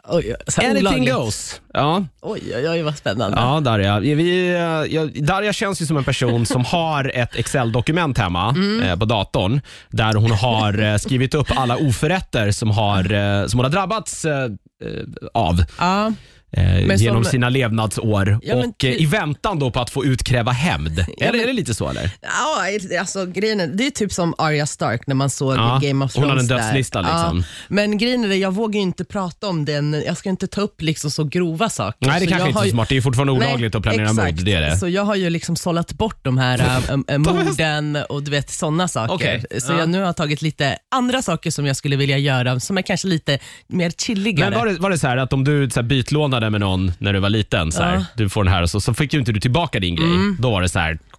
Anything goes. Ja. Oj, vad spännande. Ja, Darja känns ju som en person som har ett Excel-dokument hemma på datorn där hon har skrivit upp alla oförrätter som hon har drabbats av. Ja. Genom sina levnadsår och i väntan då på att få utkräva hämnd. Är det lite så eller? Ja, alltså grejen, det är typ som Arya Stark när man såg Game of Thrones. Hon har en dödslista liksom. Men grejen är, jag vågar ju inte prata om den. Jag ska inte ta upp liksom så grova saker. Nej, det kanske inte är så smart. Det är fortfarande olagligt att planera mord, det är det. Så jag har ju liksom sållat bort de här morden och du vet sådana saker. Okay. Så jag nu har tagit lite andra saker som jag skulle vilja göra som är kanske lite mer chilligare. Men var det så här att om du så här bytlånade med någon när du var liten så här, du får den här och så fick ju inte du tillbaka din grej. Då var det så här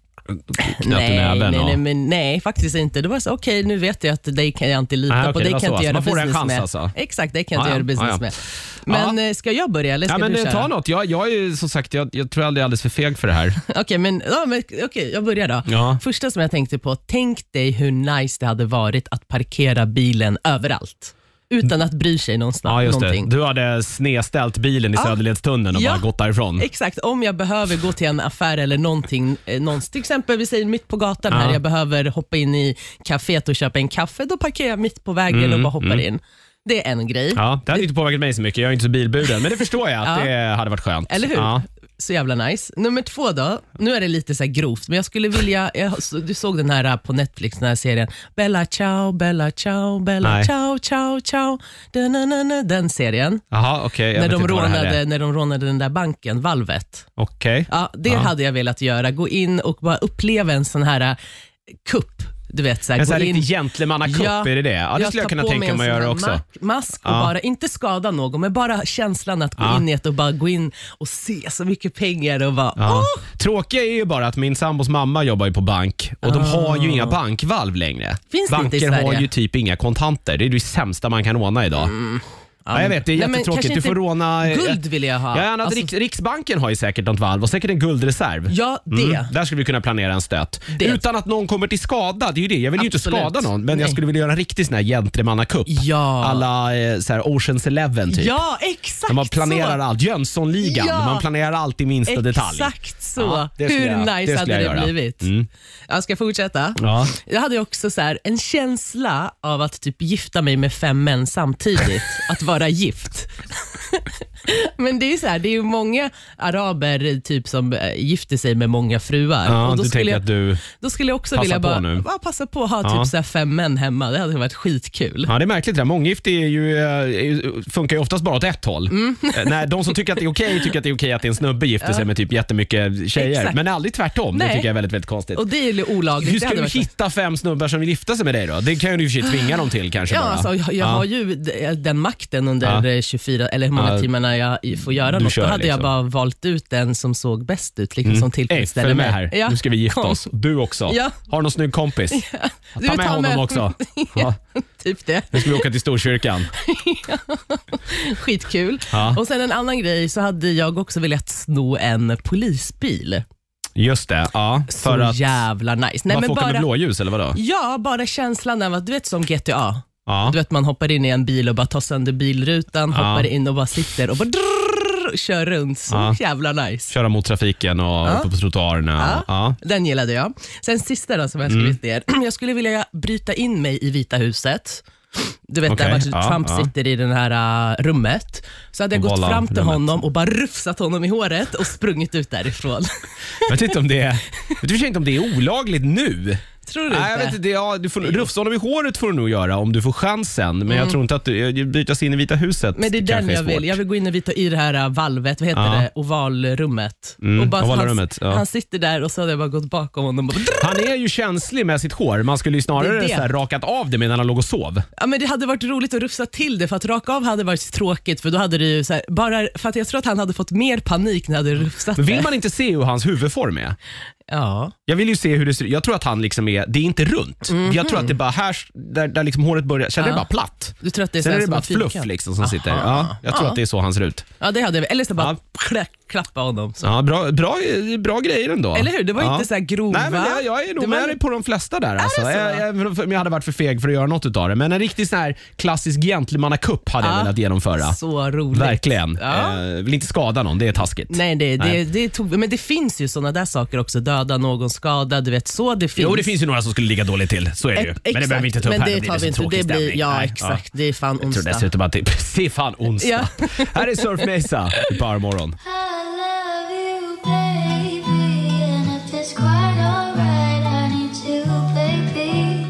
Nej, faktiskt inte. Det var så okej, nu vet jag att dig kan jag inte lita på. Det kan jag inte göra business med. Alltså. Exakt, det kan jag inte göra business med. Men ska jag börja eller ska du köra? Ta något. Jag är ju som sagt, jag tror jag är alldeles för feg för det här. Okej, jag börjar då. Ja. Första som jag tänkte på, tänk dig hur nice det hade varit att parkera bilen överallt. Utan att bry sig någonstans. Ja, just någonting. det. Du hade snedställt bilen i Söderledstunneln och bara gått därifrån. Exakt, om jag behöver gå till en affär eller någonting, till exempel vi säger mitt på gatan här, jag behöver hoppa in i kaféet och köpa en kaffe, då parkerar jag mitt på vägen och bara hoppar in. Det är en grej. Ja, det hade inte påverkat mig så mycket, jag är inte så bilburen, men det förstår jag att det hade varit skönt. Eller hur? Ja. Så jävla nice. Nummer 2 då. Nu är det lite så här grovt, men jag skulle vilja... Du såg den här på Netflix, den här serien. Bella ciao, Bella ciao, Bella ciao, ciao, ciao. Den serien. Jaha, okej. När de rånade den där banken, Valvet. Okej. Ja, det hade jag velat göra. Gå in och bara uppleva en sån här kupp. Du vet, så här, en sån här riktig gentlemannakupp, är det det? Ja, det skulle jag kunna tänka mig att göra också. Mask och bara, inte skada någon, men bara känslan att gå in i ett och bara gå in och se så mycket pengar och bara, Tråkiga är ju bara att min sambos mamma jobbar ju på bank och de har ju inga bankvalv längre. Finns banker det inte i Sverige? Har ju typ inga kontanter. Det är det sämsta man kan råna idag. Ja, jag vet, det är jättetråkigt. Du får råna... Guld vill jag ha. Ja, Riksbanken har ju säkert något valv och säkert en guldreserv. Ja, det. Där skulle vi kunna planera en stöt. Utan att någon kommer till skada. Det är ju det. Jag vill ju inte skada någon, men jag skulle vilja göra en riktig sån här gentlemannakupp. Ja. Alla så här Ocean's Eleven typ. Ja, exakt. Man planerar allt. Jönssonligan. Man planerar allt i minsta detalj. Exakt så. Ja, hur nice hade det blivit? Jag ska fortsätta. Ja. Jag hade också så här, en känsla av att typ gifta mig med 5 män samtidigt. Att vara gift. Men det är så här, det är ju många araber typ som gifter sig med många fruar. Ja, och då du tänker att du då skulle jag också vilja bara passa på att ha typ så här 5 män hemma. Det hade varit skitkul. Ja, det är märkligt det. Månggifte funkar ju oftast bara åt ett håll. Nej, de som tycker att det är okej tycker att det är okej att en snubbe gifter sig med typ jättemycket tjejer. Exakt. Men aldrig tvärtom. Nej. Det tycker jag är väldigt, väldigt konstigt. Och det är ju olagligt. Hur ska du hitta 5 snubbar som vill gifta sig med dig då? Det kan ju du tvinga dem till kanske bara. Alltså, jag har ju den makten under 24 eller hur många timmarna jag får göra något. Då hade jag bara valt ut den som såg bäst ut, liksom, som tillfredsställer mig. Här. Ja. Nu ska vi gifta oss. Du också. Ja. Har någon snygg kompis? Ja. Ta med honom också. Ja, typ det. Nu ska vi åka till Storkyrkan. Skitkul. Ja. Och sen en annan grej, så hade jag också velat sno en polisbil. Just det, ja. Så att jävla nice. Nej, varför åka med blåljus eller vadå? Ja, bara känslan av att du vet som GTA. Ja. Du vet, man hoppar in i en bil och bara tar sönder bilrutan, hoppar in och bara sitter och bara kör runt. Så jävla nice. Köra mot trafiken och på trottoarerna. Ja. Den gillade jag. Sen sista då som jag skrivit ner. Jag skulle vilja bryta in mig i Vita huset. Du vet där Trump sitter i det här rummet. Så hade jag gått fram till honom och bara rufsat honom i håret och sprungit ut därifrån. Jag vet inte om det är, inte om det är olagligt nu. Tror du inte? Jag vet inte, du får rufsa honom i håret får du nog göra om du får chansen. Men jag tror inte att du bytas in i Vita huset. Men det är den jag vill. Jag vill gå in i det här valvet, vad heter det? Ovalrummet. Och bara han sitter där och så hade jag bara gått bakom honom. Han är ju känslig med sitt hår. Man skulle ju snarare så här rakat av det medan han låg och sov. Ja, men det hade varit roligt att rufsa till det, för att raka av hade varit tråkigt, för då hade det ju så här, bara för att jag tror att han hade fått mer panik när han hade rufsat. Men vill man inte se hur hans huvudform är? Ja. Jag vill ju se hur det ser ut. Jag tror att han liksom det är inte runt. Jag tror att det är bara här där liksom håret börjar. Sen är det bara platt. Du tror att det är sen så är det bara fluff liksom som sitter. Ja, jag tror att det är så han ser ut. Ja, det hade jag. Eller så bara klappa honom. Så. Ja, bra grejer ändå. Eller hur? Det var inte så här grova. Nej, men jag är nog med dig på de flesta där. Alltså. Även om jag hade varit för feg för att göra något utav det. Men en riktig sån här klassisk gentlemannakupp hade jag velat genomföra. Så roligt. Verkligen. Vill inte skada någon, det är taskigt. Nej, men det finns ju såna där saker också. Döda någon, skada, du vet så det finns. Jo, det finns ju några som skulle ligga dåligt till. Så är det ju. Men det behöver vi inte ta upp här. Men det tar vi inte. Det blir, exakt. Det är fan onsdag. Jag tror dessutom att det är fan onsdag. Här är Surf Mesa i Powermorgon.